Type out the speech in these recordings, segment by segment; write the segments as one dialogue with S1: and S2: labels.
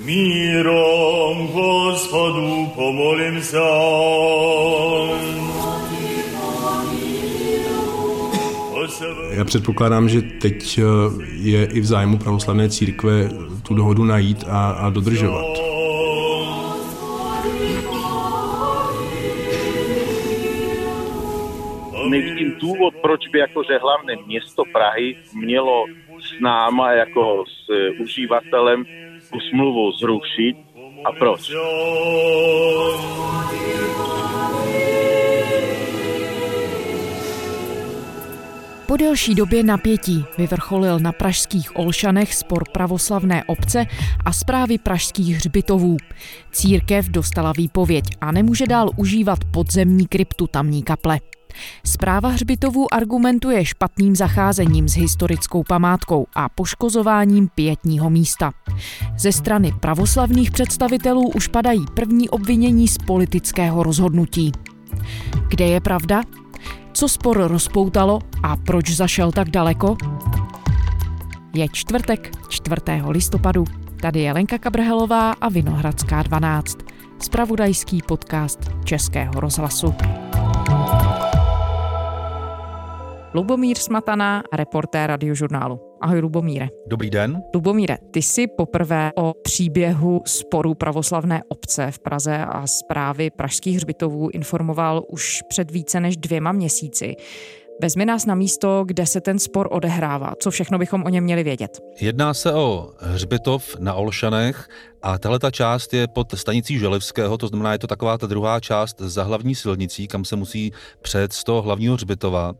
S1: Mírom Gospodu pomolím se.
S2: Já předpokládám, že teď je i v zájmu pravoslavné církve tu dohodu najít a dodržovat.
S3: Nevidím důvod, proč by jakože hlavné město Prahy mělo s náma jako s uživatelem tu smlouvu zrušit. A proč?
S4: Po delší době napětí vyvrcholil na pražských Olšanech spor pravoslavné obce a správy pražských hřbitovů. Církev dostala výpověď a nemůže dál užívat podzemní kryptu tamní kaple. Správa hřbitovů argumentuje špatným zacházením s historickou památkou a poškozováním pietního místa. Ze strany pravoslavných představitelů už padají první obvinění z politického rozhodnutí. Kde je pravda? Co spor rozpoutalo a proč zašel tak daleko? Je čtvrtek, 4. listopadu. Tady je Lenka Kabrhelová a Vinohradská 12. Zpravodajský podcast Českého rozhlasu. Lubomír Smatana, reportér Radiožurnálu. Ahoj Lubomíre.
S5: Dobrý den.
S4: Lubomíre, ty jsi poprvé o příběhu sporu pravoslavné obce v Praze a správy pražských hřbitovů informoval už před více než 2 měsíci. Vezmi nás na místo, kde se ten spor odehrává. Co všechno bychom o něm měli vědět?
S5: Jedná se o hřbitov na Olšanech a tahleta část je pod stanicí Želivského, to znamená, je to taková ta druhá část za hlavní silnicí, kam se musí přejet z toho hlavního hřbitova.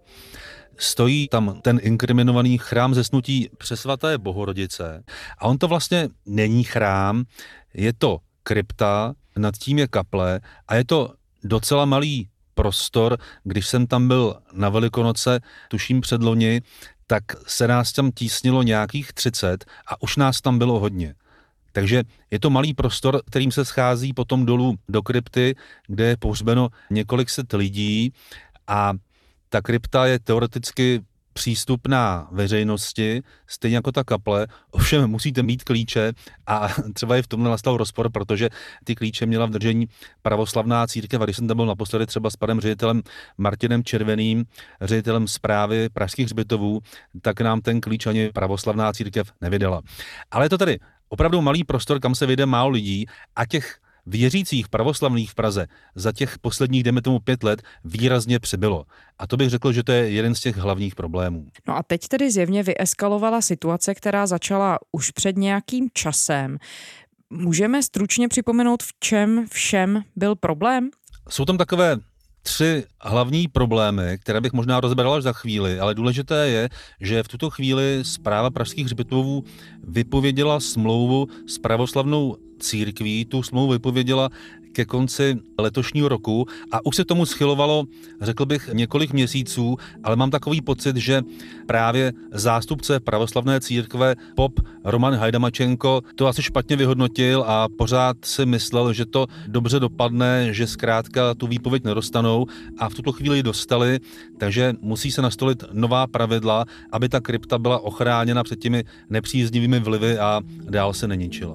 S5: Stojí tam ten inkriminovaný chrám Zesnutí Přesvaté Bohorodice a on to vlastně není chrám, je to krypta, nad tím je kaple a je to docela malý prostor. Když jsem tam byl na Velikonoce, tuším předloni, tak se nás tam tísnilo nějakých 30 a už nás tam bylo hodně. Takže je to malý prostor, kterým se schází potom dolů do krypty, kde je pohřbeno několik set lidí a ta krypta je teoreticky přístupná veřejnosti, stejně jako ta kaple, ovšem musíte mít klíče a třeba je v tomhle nastal rozpor, protože ty klíče měla v držení pravoslavná církev a když jsem tam byl naposledy třeba s panem ředitelem Martinem Červeným, ředitelem správy pražských hřbitovů, tak nám ten klíč ani pravoslavná církev nevydala. Ale je to tady opravdu malý prostor, kam se vyjde málo lidí a těch věřících pravoslavných v Praze za těch posledních, dejme tomu 5 let, výrazně přibylo. A to bych řekl, že to je jeden z těch hlavních problémů.
S4: No a teď tedy zjevně vyeskalovala situace, která začala už před nějakým časem. Můžeme stručně připomenout, v čem všem byl problém?
S5: Jsou tam takové 3 hlavní problémy, které bych možná rozebral až za chvíli, ale důležité je, že v tuto chvíli správa pražských hřbitovů vypověděla smlouvu s pravoslavnou církví, tu smlouvu vypověděla ke konci letošního roku a už se tomu schylovalo, řekl bych, několik měsíců, ale mám takový pocit, že právě zástupce pravoslavné církve pop Roman Hajdamačenko to asi špatně vyhodnotil a pořád si myslel, že to dobře dopadne, že zkrátka tu výpověď nedostanou a v tuto chvíli ji dostali, takže musí se nastolit nová pravidla, aby ta krypta byla ochráněna před těmi nepříznivými vlivy a dál se neničila.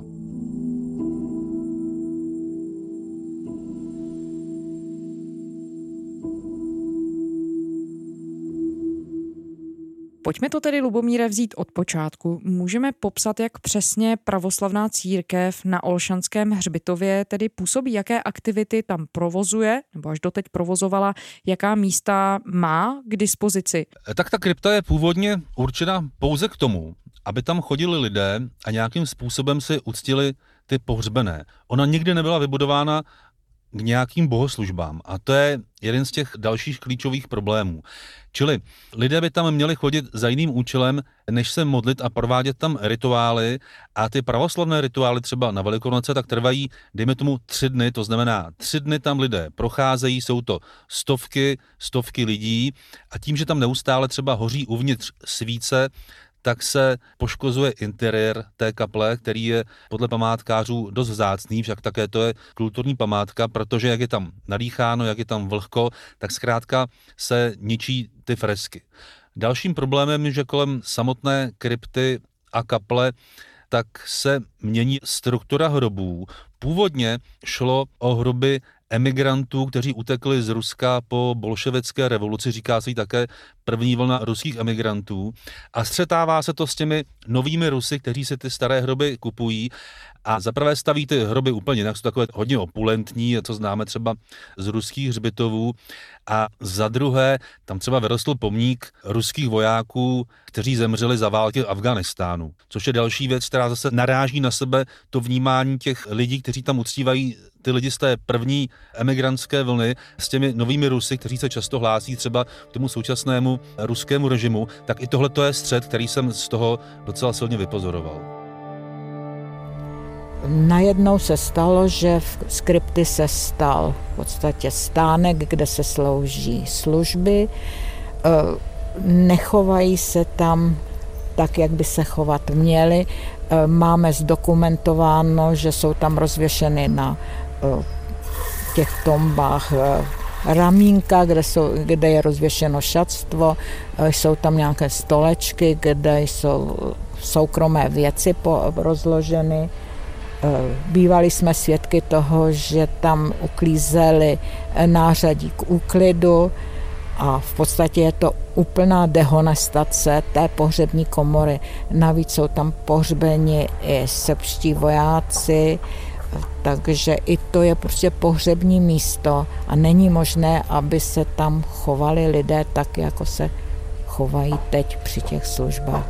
S4: Pojďme to tedy, Lubomíre, vzít od počátku. Můžeme popsat, jak přesně pravoslavná církev na Olšanském hřbitově tedy působí, jaké aktivity tam provozuje, nebo až doteď provozovala, jaká místa má k dispozici?
S5: Tak ta krypta je původně určena pouze k tomu, aby tam chodili lidé a nějakým způsobem si uctili ty pohřbené. Ona nikdy nebyla vybudována k nějakým bohoslužbám a to je jeden z těch dalších klíčových problémů. Čili lidé by tam měli chodit za jiným účelem, než se modlit a provádět tam rituály a ty pravoslavné rituály třeba na Velikonoce tak trvají, dejme tomu 3 dny, to znamená 3 dny tam lidé procházejí, jsou to stovky lidí a tím, že tam neustále třeba hoří uvnitř svíce, tak se poškozuje interiér té kaple, který je podle památkářů dost vzácný, však také to je kulturní památka, protože jak je tam nadýcháno, jak je tam vlhko, tak zkrátka se ničí ty fresky. Dalším problémem je, že kolem samotné krypty a kaple tak se mění struktura hrobů. Původně šlo o hroby emigrantů, kteří utekli z Ruska po bolševické revoluci, říká se jí také první vlna ruských emigrantů, a střetává se to s těmi novými Rusy, kteří si ty staré hroby kupují a zaprvé staví ty hroby úplně jinak, jsou takové hodně opulentní, co známe třeba z ruských hřbitovů, a za druhé tam třeba vyrostl pomník ruských vojáků, kteří zemřeli za války v Afghánistánu, což je další věc, která zase naráží na sebe to vnímání těch lidí, kteří tam uctívají ty lidi z té první emigrantské vlny s těmi novými Rusy, kteří se často hlásí třeba k tomu současnému ruskému režimu, tak i tohle je střet, který jsem z toho docela silně vypozoroval.
S6: Najednou se stalo, že z krypty se stal v podstatě stánek, kde se slouží služby. Nechovají se tam tak, jak by se chovat měli. Máme zdokumentováno, že jsou tam rozvěšeny na těch tombách ramínka, kde je rozvěšeno šatstvo, jsou tam nějaké stolečky, kde jsou soukromé věci rozloženy. Bývali jsme svědky toho, že tam uklízeli nářadí k úklidu a v podstatě je to úplná dehonestace té pohřební komory. Navíc jsou tam pohřbeni i srbští vojáci, takže i to je prostě pohřební místo a není možné, aby se tam chovali lidé tak, jako se chovají teď při těch službách.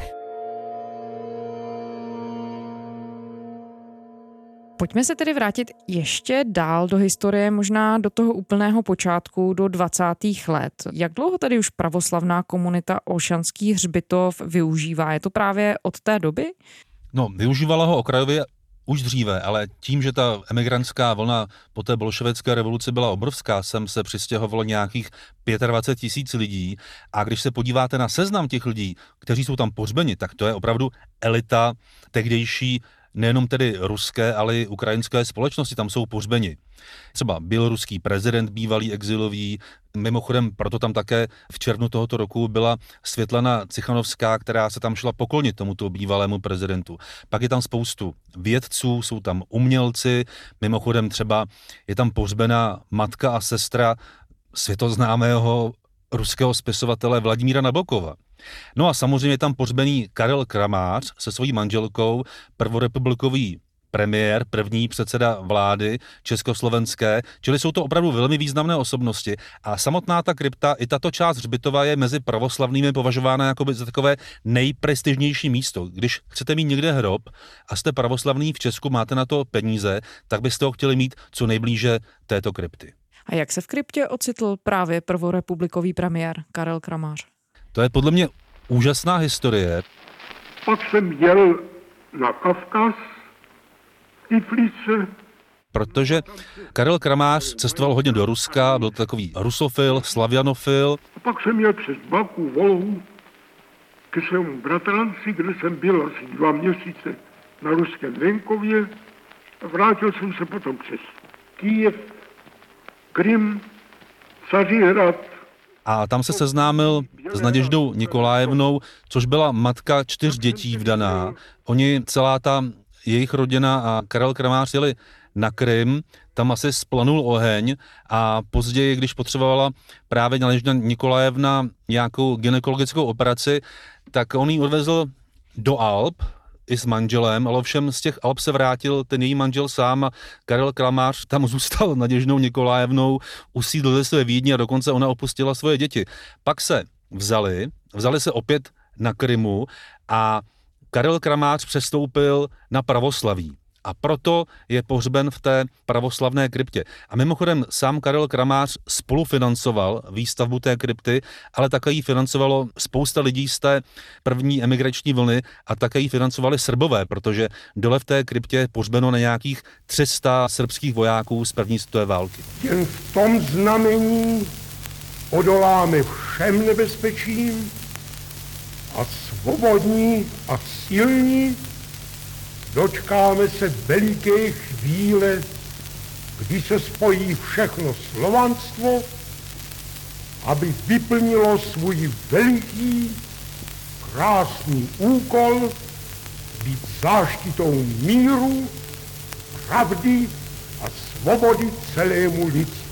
S4: Pojďme se tedy vrátit ještě dál do historie, možná do toho úplného počátku, do 20. let. Jak dlouho tady už pravoslavná komunita Olšanský hřbitov využívá? Je to právě od té doby?
S5: No, využívala ho okrajově už dříve, ale tím, že ta emigrantská vlna po té bolševické revoluci byla obrovská, sem se přistěhovalo nějakých 25 000 lidí, a když se podíváte na seznam těch lidí, kteří jsou tam pohřbeni, tak to je opravdu elita tehdejší nejenom tedy ruské, ale i ukrajinské společnosti, tam jsou pohřbeni. Třeba běloruský prezident bývalý exilový, mimochodem proto tam také v červnu tohoto roku byla Světlana Cichanovská, která se tam šla poklonit tomuto bývalému prezidentu. Pak je tam spoustu vědců, jsou tam umělci, mimochodem třeba je tam pohřbená matka a sestra světoznámého ruského spisovatele Vladimíra Nabokova. No a samozřejmě je tam pohřbený Karel Kramář se svojí manželkou, prvorepublikový premiér, první předseda vlády československé, čili jsou to opravdu velmi významné osobnosti a samotná ta krypta, i tato část hřbitova je mezi pravoslavnými považována jako za takové nejprestižnější místo. Když chcete mít někde hrob a jste pravoslavný v Česku, máte na to peníze, tak byste ho chtěli mít co nejblíže této krypty.
S4: A jak se v kryptě ocitl právě prvorepublikový premiér Karel Kramář?
S5: To je podle mě úžasná historie.
S7: Pak jsem jel na Kavkaz, Tiflice.
S5: Protože Karel Kramář cestoval hodně do Ruska, byl takový rusofil, slavianofil.
S7: A pak jsem jel přes Baku, Volhu, ke svému bratranci, kde jsem byl asi 2 měsíce na ruském venkově. Vrátil jsem se potom přes Kyjev, Krym, Cařihrad.
S5: A tam se seznámil s Naděždou Nikolájevnou, což byla matka 4 dětí vdaná. Oni, celá ta jejich rodina a Karel Kramář jeli na Krym, tam asi splanul oheň a později, když potřebovala právě Naděžda Nikolájevna nějakou gynekologickou operaci, tak on ji odvezl do Alp i s manželem, ale ovšem z těch Alp se vrátil ten její manžel sám a Karel Kramář tam zůstal Naděždou Nikolájevnou, usídlili se ve Vídni a dokonce ona opustila svoje děti. Pak se vzali se opět na Krymu a Karel Kramář přestoupil na pravoslaví. A proto je pohřben v té pravoslavné kryptě. A mimochodem sám Karel Kramář spolufinancoval výstavbu té krypty, ale také ji financovalo spousta lidí z té první emigrační vlny a také ji financovali Srbové, protože dole v té kryptě je pohřbeno na nějakých 300 srbských vojáků z první světové války.
S7: Jen v tom znamení odoláme všem nebezpečím a svobodní a silní dočkáme se veliké chvíle, kdy se spojí všechno slovanstvo, aby vyplnilo svůj veliký, krásný úkol být záštitou míru, pravdy a svobody celému lidstvu.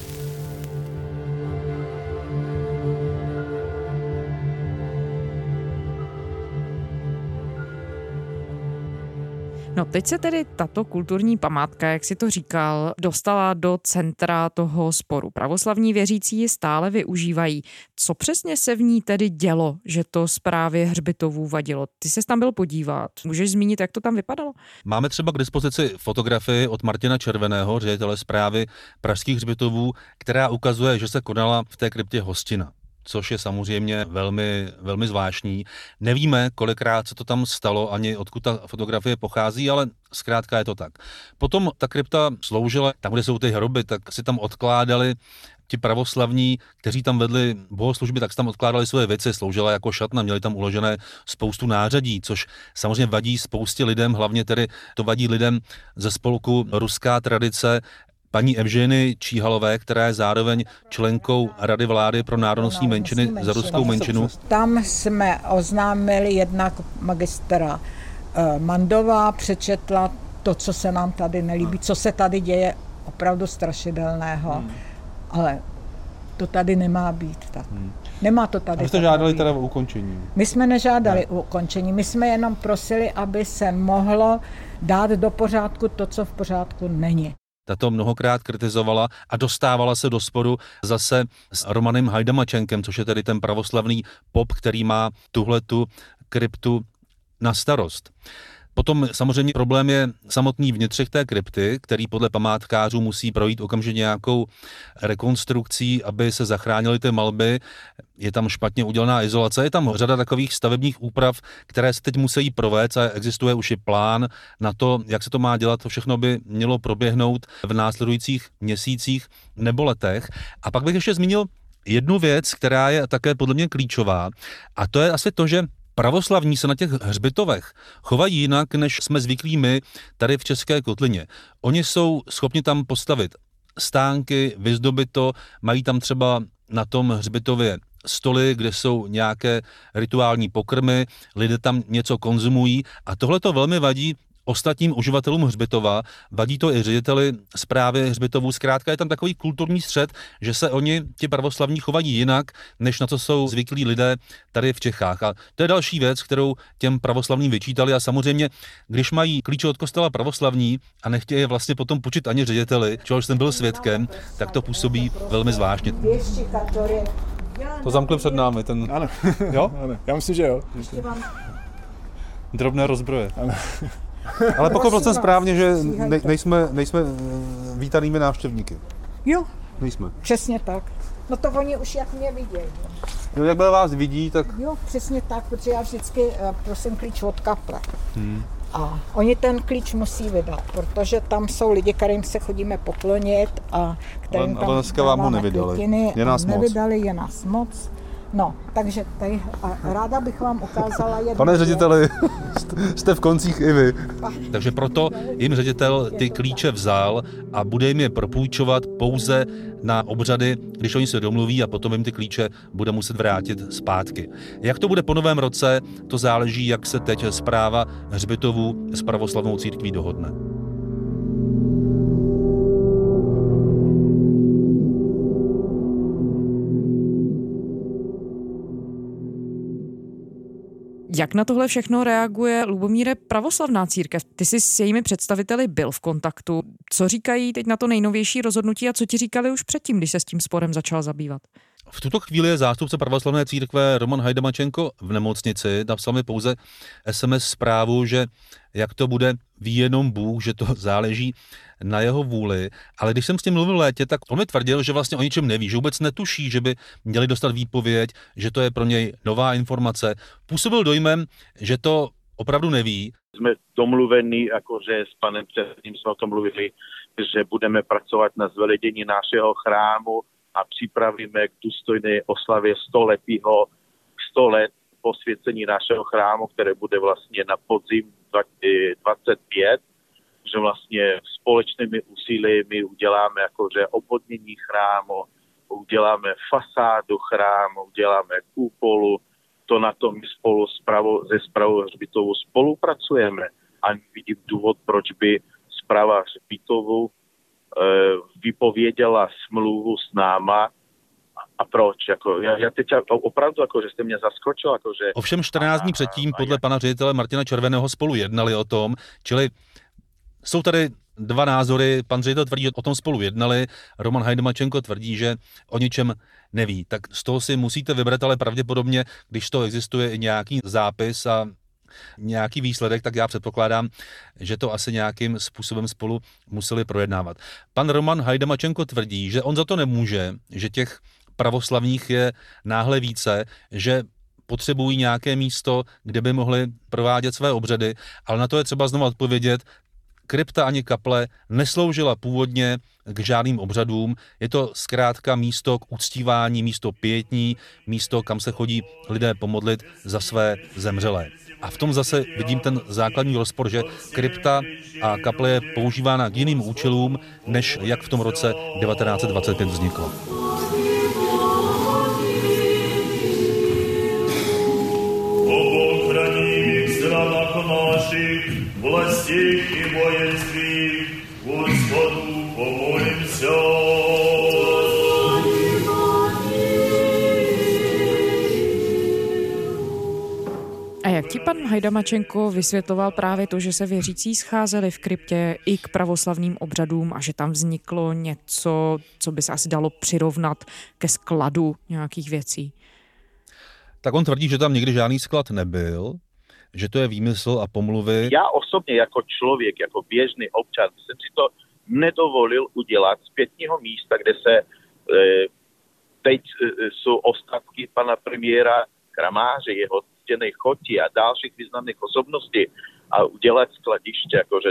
S4: No teď se tedy tato kulturní památka, jak si to říkal, dostala do centra toho sporu. Pravoslavní věřící ji stále využívají. Co přesně se v ní tedy dělo, že to správě hřbitovů vadilo? Ty ses tam byl podívat. Můžeš zmínit, jak to tam vypadalo?
S5: Máme třeba k dispozici fotografii od Martina Červeného, ředitele správy pražských hřbitovů, která ukazuje, že se konala v té kryptě hostina, což je samozřejmě velmi, velmi zvláštní. Nevíme, kolikrát se to tam stalo, ani odkud ta fotografie pochází, ale zkrátka je to tak. Potom ta krypta sloužila, tam, kde jsou ty hroby, tak si tam odkládali ti pravoslavní, kteří tam vedli bohoslužby, tak si tam odkládali svoje věci, sloužila jako šatna, měli tam uložené spoustu nářadí, což samozřejmě vadí spoustě lidem, hlavně tedy to vadí lidem ze spolku Ruská tradice, paní Evženy Číhalové, která je zároveň členkou Rady vlády pro národnostní menšiny za ruskou menšinu.
S6: Tam jsme oznámili jednak magistra Mandová, přečetla to, co se nám tady nelíbí, co se tady děje opravdu strašidelného, ale to tady nemá být tak. Nemá to tady.
S5: A jste žádali teda o ukončení?
S6: My jsme nežádali o ukončení, my jsme jenom prosili, aby se mohlo dát do pořádku to, co v pořádku není.
S5: Ta to mnohokrát kritizovala a dostávala se do sporu zase s Romanem Hajdamačenkem, což je tedy ten pravoslavný pop, který má tuhletu kryptu na starost. Potom samozřejmě problém je samotný vnitřek té krypty, který podle památkářů musí projít okamžitě nějakou rekonstrukcí, aby se zachránily ty malby. Je tam špatně udělaná izolace, je tam řada takových stavebních úprav, které se teď musí provést a existuje už i plán na to, jak se to má dělat. To všechno by mělo proběhnout v následujících měsících nebo letech. A pak bych ještě zmínil jednu věc, která je také podle mě klíčová, a to je asi to, že pravoslavní se na těch hřbitovech chovají jinak, než jsme zvyklí my tady v České kotlině. Oni jsou schopni tam postavit stánky, vyzdobit to, mají tam třeba na tom hřbitově stoly, kde jsou nějaké rituální pokrmy, lidé tam něco konzumují a tohle to velmi vadí ostatním uživatelům hřbitova, vadí to i řediteli správy hřbitovů. Zkrátka je tam takový kulturní střet, že se oni, ti pravoslavní, chovají jinak, než na co jsou zvyklí lidé tady v Čechách. A to je další věc, kterou těm pravoslavným vyčítali a samozřejmě, když mají klíče od kostela pravoslavní a nechtějí je vlastně potom půjčit ani řediteli, čehož jsem byl svědkem, tak to působí velmi zvláštně. To zamkli před námi, ten...
S8: Ano.
S5: Jo?
S8: Ano. Já myslím, že jo.
S5: Drobné rozbroje. Ano. Ale pochopil jsem správně, že nejsme vítanými návštěvníky.
S6: Jo.
S5: Nejsme.
S6: Přesně tak. No to oni už jak mě vidějí.
S5: Jo, jakmile vás vidí, tak...
S6: Jo, přesně tak, protože já vždycky prosím klíč od kaple. A oni ten klíč musí vydat, protože tam jsou lidi, kterým se chodíme poklonit a kterým tam
S5: dneska vám ho nevydali.
S6: Je nás moc. No, takže tady ráda bych vám ukázala jednu.
S5: Pane řediteli, jste v koncích i vy. Takže proto jim ředitel ty klíče vzal a bude jim je propůjčovat pouze na obřady, když oni se domluví a potom jim ty klíče bude muset vrátit zpátky. Jak to bude po novém roce, to záleží, jak se teď správa hřbitovů s pravoslavnou církví dohodne.
S4: Jak na tohle všechno reaguje, Lubomíre, pravoslavná církev? Ty jsi s jejími představiteli byl v kontaktu. Co říkají teď na to nejnovější rozhodnutí a co ti říkali už předtím, když se s tím sporem začal zabývat?
S5: V tuto chvíli je zástupce pravoslavné církve Roman Hajdamačenko v nemocnici. Napsal mi pouze SMS zprávu, že jak to bude, ví jenom Bůh, že to záleží na jeho vůli. Ale když jsem s ním mluvil v létě, tak on mi tvrdil, že vlastně o ničem neví, že vůbec netuší, že by měli dostat výpověď, že to je pro něj nová informace. Působil dojmem, že to opravdu neví.
S3: Jsme domluveni, jakože s panem předsedním jsme o tom mluvili, že budeme pracovat na zveledění našeho chrámu a připravíme k důstojné oslavě 100 let posvěcení našeho chrámu, které bude vlastně na podzim 25, že vlastně společnými úsilími uděláme jakože obvodnění chrámu, uděláme fasádu chrámu, uděláme kupolu to na tom my spolu se správou hřbitovu spolupracujeme a vidím důvod, proč by správa hřbitovu vypověděla smlouvu s náma. A proč? Jako, já teď opravdu, jako, že jste mě zaskočil. Jako, že...
S5: Ovšem 14 dní předtím podle pana ředitele Martina Červeného spolu jednali o tom, čili jsou tady dva názory, pan ředitel tvrdí, že o tom spolu jednali, Roman Hajdamačenko tvrdí, že o ničem neví. Tak z toho si musíte vybrat, ale pravděpodobně, když to existuje i nějaký zápis a nějaký výsledek, tak já předpokládám, že to asi nějakým způsobem spolu museli projednávat. Pan Roman Hajdamačenko tvrdí, že on za to nemůže, že těch pravoslavných je náhle více, že potřebují nějaké místo, kde by mohli provádět své obřady, ale na to je třeba znovu odpovědět, krypta ani kaple nesloužila původně k žádným obřadům, je to zkrátka místo k uctívání, místo pietní, místo, kam se chodí lidé pomodlit za své zemřelé. A v tom zase vidím ten základní rozpor, že krypta a kaple je používána k jiným účelům, než jak v tom roce 1925 vzniklo.
S1: Наших властей и воинских, Господу помолимся.
S4: A jak ti pan Hajdamačenko vysvětloval právě to, že se věřící scházeli v kryptě i k pravoslavným obřadům a že tam vzniklo něco, co by se asi dalo přirovnat ke skladu nějakých věcí?
S5: Tak on tvrdí, že tam nikdy žádný sklad nebyl, že to je výmysl a pomluvy.
S3: Já osobně jako člověk, jako běžný občan, jsem si to nedovolil udělat z pětního místa, kde se teď jsou ostatky pana premiéra Kramáře, jeho ctěné choti a dalších významných osobností a udělat skladiště, jakože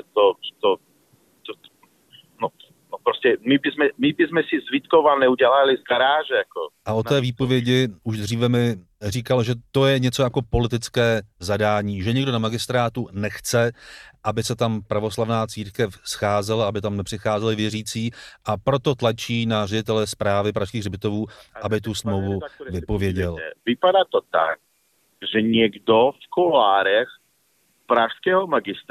S3: prostě my bychom si z Vítkova neudělali z garáže. Jako.
S5: A o té výpovědi už dříve mi říkal, že to je něco jako politické zadání, že někdo na magistrátu nechce, aby se tam pravoslavná církev scházela, aby tam nepřicházeli věřící a proto tlačí na ředitele správy pražských hřbitovů, aby tu smlouvu vypověděl.
S3: Vypadá to tak, že někdo v kuloárech pražského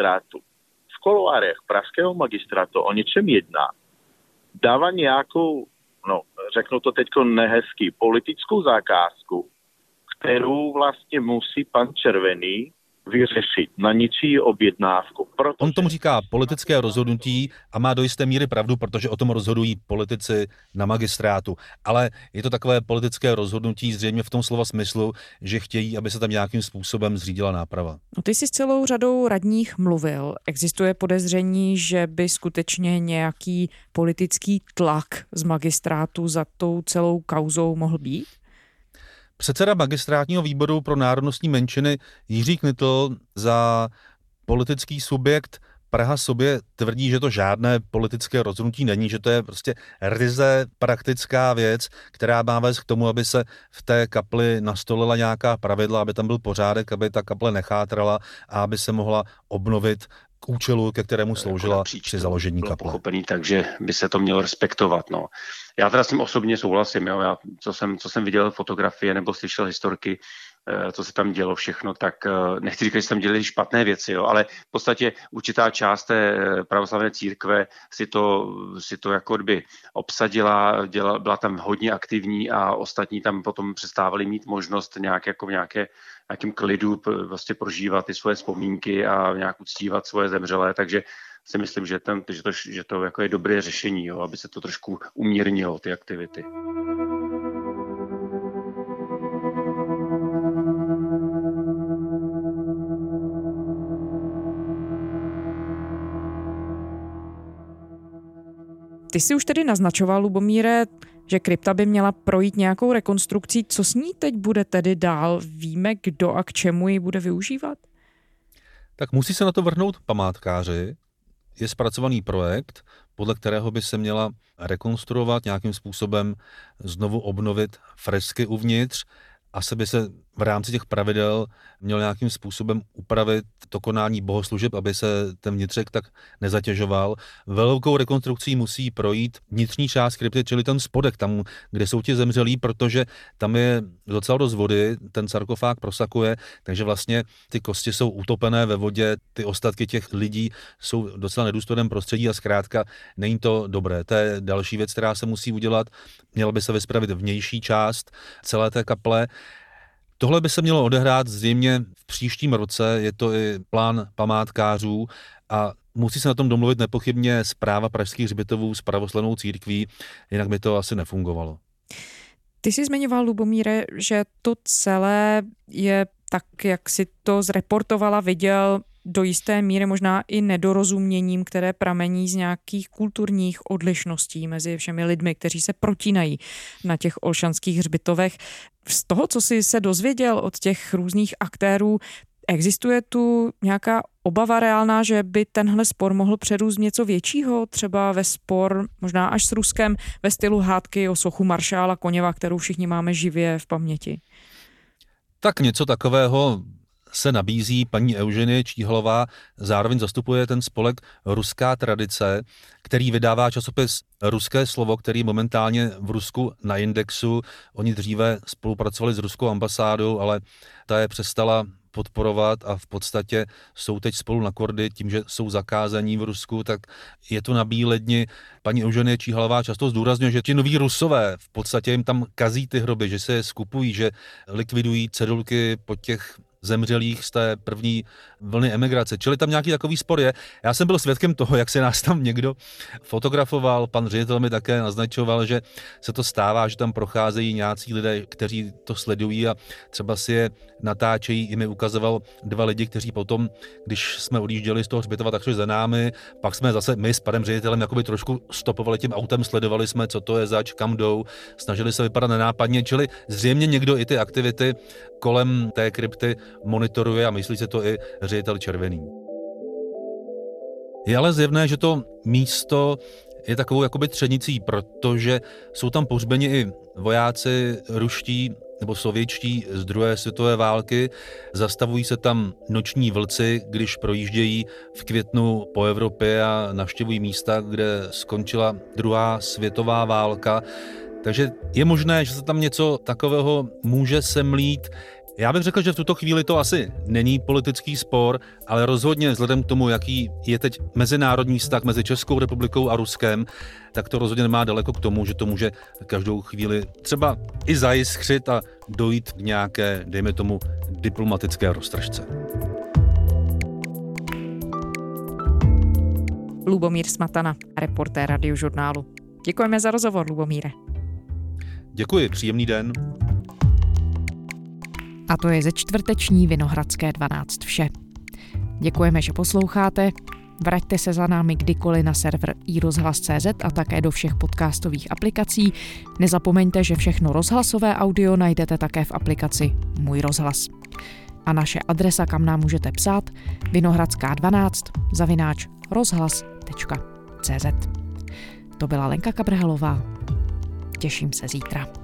S3: magistrátu o něčem jedná, dává nějakou, řeknu to teďko nehezky, politickou zakázku, kterou vlastně musí pan Červený vyřešit na ničí objednávku.
S5: On tomu říká politické rozhodnutí a má do jisté míry pravdu, protože o tom rozhodují politici na magistrátu. Ale je to takové politické rozhodnutí zřejmě v tom slova smyslu, že chtějí, aby se tam nějakým způsobem zřídila náprava.
S4: No ty jsi s celou řadou radních mluvil. Existuje podezření, že by skutečně nějaký politický tlak z magistrátu za tou celou kauzou mohl být?
S5: Předseda magistrátního výboru pro národnostní menšiny Jiří Knitl za politický subjekt Praha sobě tvrdí, že to žádné politické rozhodnutí není, že to je prostě ryze praktická věc, která má vést k tomu, aby se v té kapli nastolila nějaká pravidla, aby tam byl pořádek, aby ta kaple nechátrala a aby se mohla obnovit k účelu, ke kterému sloužila při založení kaple.
S8: Pochopený, takže by se to mělo respektovat. No. Já teda s tím osobně souhlasím. Jo. Já, co jsem viděl fotografie nebo slyšel historky, co se tam dělo všechno, tak nechci říkat, že se tam dělaly špatné věci, jo, ale v podstatě určitá část té pravoslavné církve si to jako kdyby obsadila, byla tam hodně aktivní a ostatní tam potom přestávali mít možnost nějak jako v nějakém klidu vlastně prožívat ty svoje vzpomínky a nějak uctívat svoje zemřelé, takže si myslím, že to jako je dobré řešení, jo, aby se to trošku umírnilo, ty aktivity.
S4: Ty jsi už tedy naznačoval, Lubomíre, že krypta by měla projít nějakou rekonstrukcí. Co s ní teď bude tedy dál? Víme, kdo a k čemu ji bude využívat?
S5: Tak musí se na to vrhnout památkáři. Je zpracovaný projekt, podle kterého by se měla rekonstruovat, nějakým způsobem znovu obnovit fresky uvnitř. Asi by se v rámci těch pravidel měl nějakým způsobem upravit to konání bohoslužeb, aby se ten vnitřek tak nezatěžoval. Velkou rekonstrukcí musí projít vnitřní část krypty, čili ten spodek, tam, kde jsou ti zemřelí, protože tam je docela dost vody, ten sarkofág prosakuje, takže vlastně ty kosti jsou utopené ve vodě, ty ostatky těch lidí jsou v docela nedůstojném prostředí a zkrátka není to dobré. To je další věc, která se musí udělat. Měla by se vyspravit vnější část celé té kaple. Tohle by se mělo odehrát zřejmě v příštím roce, je to i plán památkářů a musí se na tom domluvit nepochybně správa pražských hřbitovů s pravoslavnou církví, jinak by to asi nefungovalo.
S4: Ty jsi zmiňoval, Lubomíre, že to celé je tak, jak si to zreportovala, viděl, do jisté míry možná i nedorozuměním, které pramení z nějakých kulturních odlišností mezi všemi lidmi, kteří se protínají na těch olšanských hřbitovech. Z toho, co jsi se dozvěděl od těch různých aktérů, existuje tu nějaká obava reálná, že by tenhle spor mohl přerůst něco většího, třeba ve spor možná až s Ruskem ve stylu hádky o sochu maršála Koněva, kterou všichni máme živě v paměti?
S5: Tak něco takového se nabízí. Paní Eugenie Číhalová zároveň zastupuje ten spolek Ruská tradice, který vydává časopis Ruské slovo, který momentálně v Rusku na indexu. Oni dříve spolupracovali s ruskou ambasádou, ale ta je přestala podporovat a v podstatě jsou teď spolu na kordy tím, že jsou zakázaní v Rusku, tak je to na bíledni. Paní Eugenie Číhalová často zdůrazňuje, že ti noví Rusové v podstatě jim tam kazí ty hroby, že se je skupují, že likvidují cedulky po těch zemřelých z té první vlny emigrace. Čili tam nějaký takový spor je. Já jsem byl svědkem toho, jak se nás tam někdo fotografoval. Pan ředitel mi také naznačoval, že se to stává, že tam procházejí nějací lidé, kteří to sledují a třeba si je natáčejí. I mi ukazoval 2 lidi, kteří potom, když jsme odjížděli z toho hřbitova, tak šli za námi. Pak jsme zase my s panem ředitelem jakoby trošku stopovali tím autem, sledovali jsme, co to je zač, kam jdou, snažili se vypadat nenápadně, čili zřejmě někdo i ty aktivity kolem té krypty monitoruje a myslí se to i ředitel Červený. Je ale zjevné, že to místo je takovou jakoby třenicí, protože jsou tam pohřbeni i vojáci ruští nebo sovětští z druhé světové války. Zastavují se tam noční vlci, když projíždějí v květnu po Evropě a navštěvují místa, kde skončila druhá světová válka. Takže je možné, že se tam něco takového může semlít. Já bych řekl, že v tuto chvíli to asi není politický spor, ale rozhodně vzhledem k tomu, jaký je teď mezinárodní vztah mezi Českou republikou a Ruskem, tak to rozhodně nemá daleko k tomu, že to může každou chvíli třeba i zajiskřit a dojít k nějaké, dejme tomu, diplomatické roztržce.
S4: Lubomír Smatana, reportér Radiožurnálu. Děkujeme za rozhovor, Lubomíre.
S5: Děkuji, příjemný den.
S4: A to je ze čtvrteční Vinohradské 12 vše. Děkujeme, že posloucháte. Vraťte se za námi kdykoliv na server iRozhlas.cz a také do všech podcastových aplikací. Nezapomeňte, že všechno rozhlasové audio najdete také v aplikaci Můj rozhlas. A naše adresa, kam nám můžete psát, vinohradská12@rozhlas.cz. To byla Lenka Kabrhelová. Těším se zítra.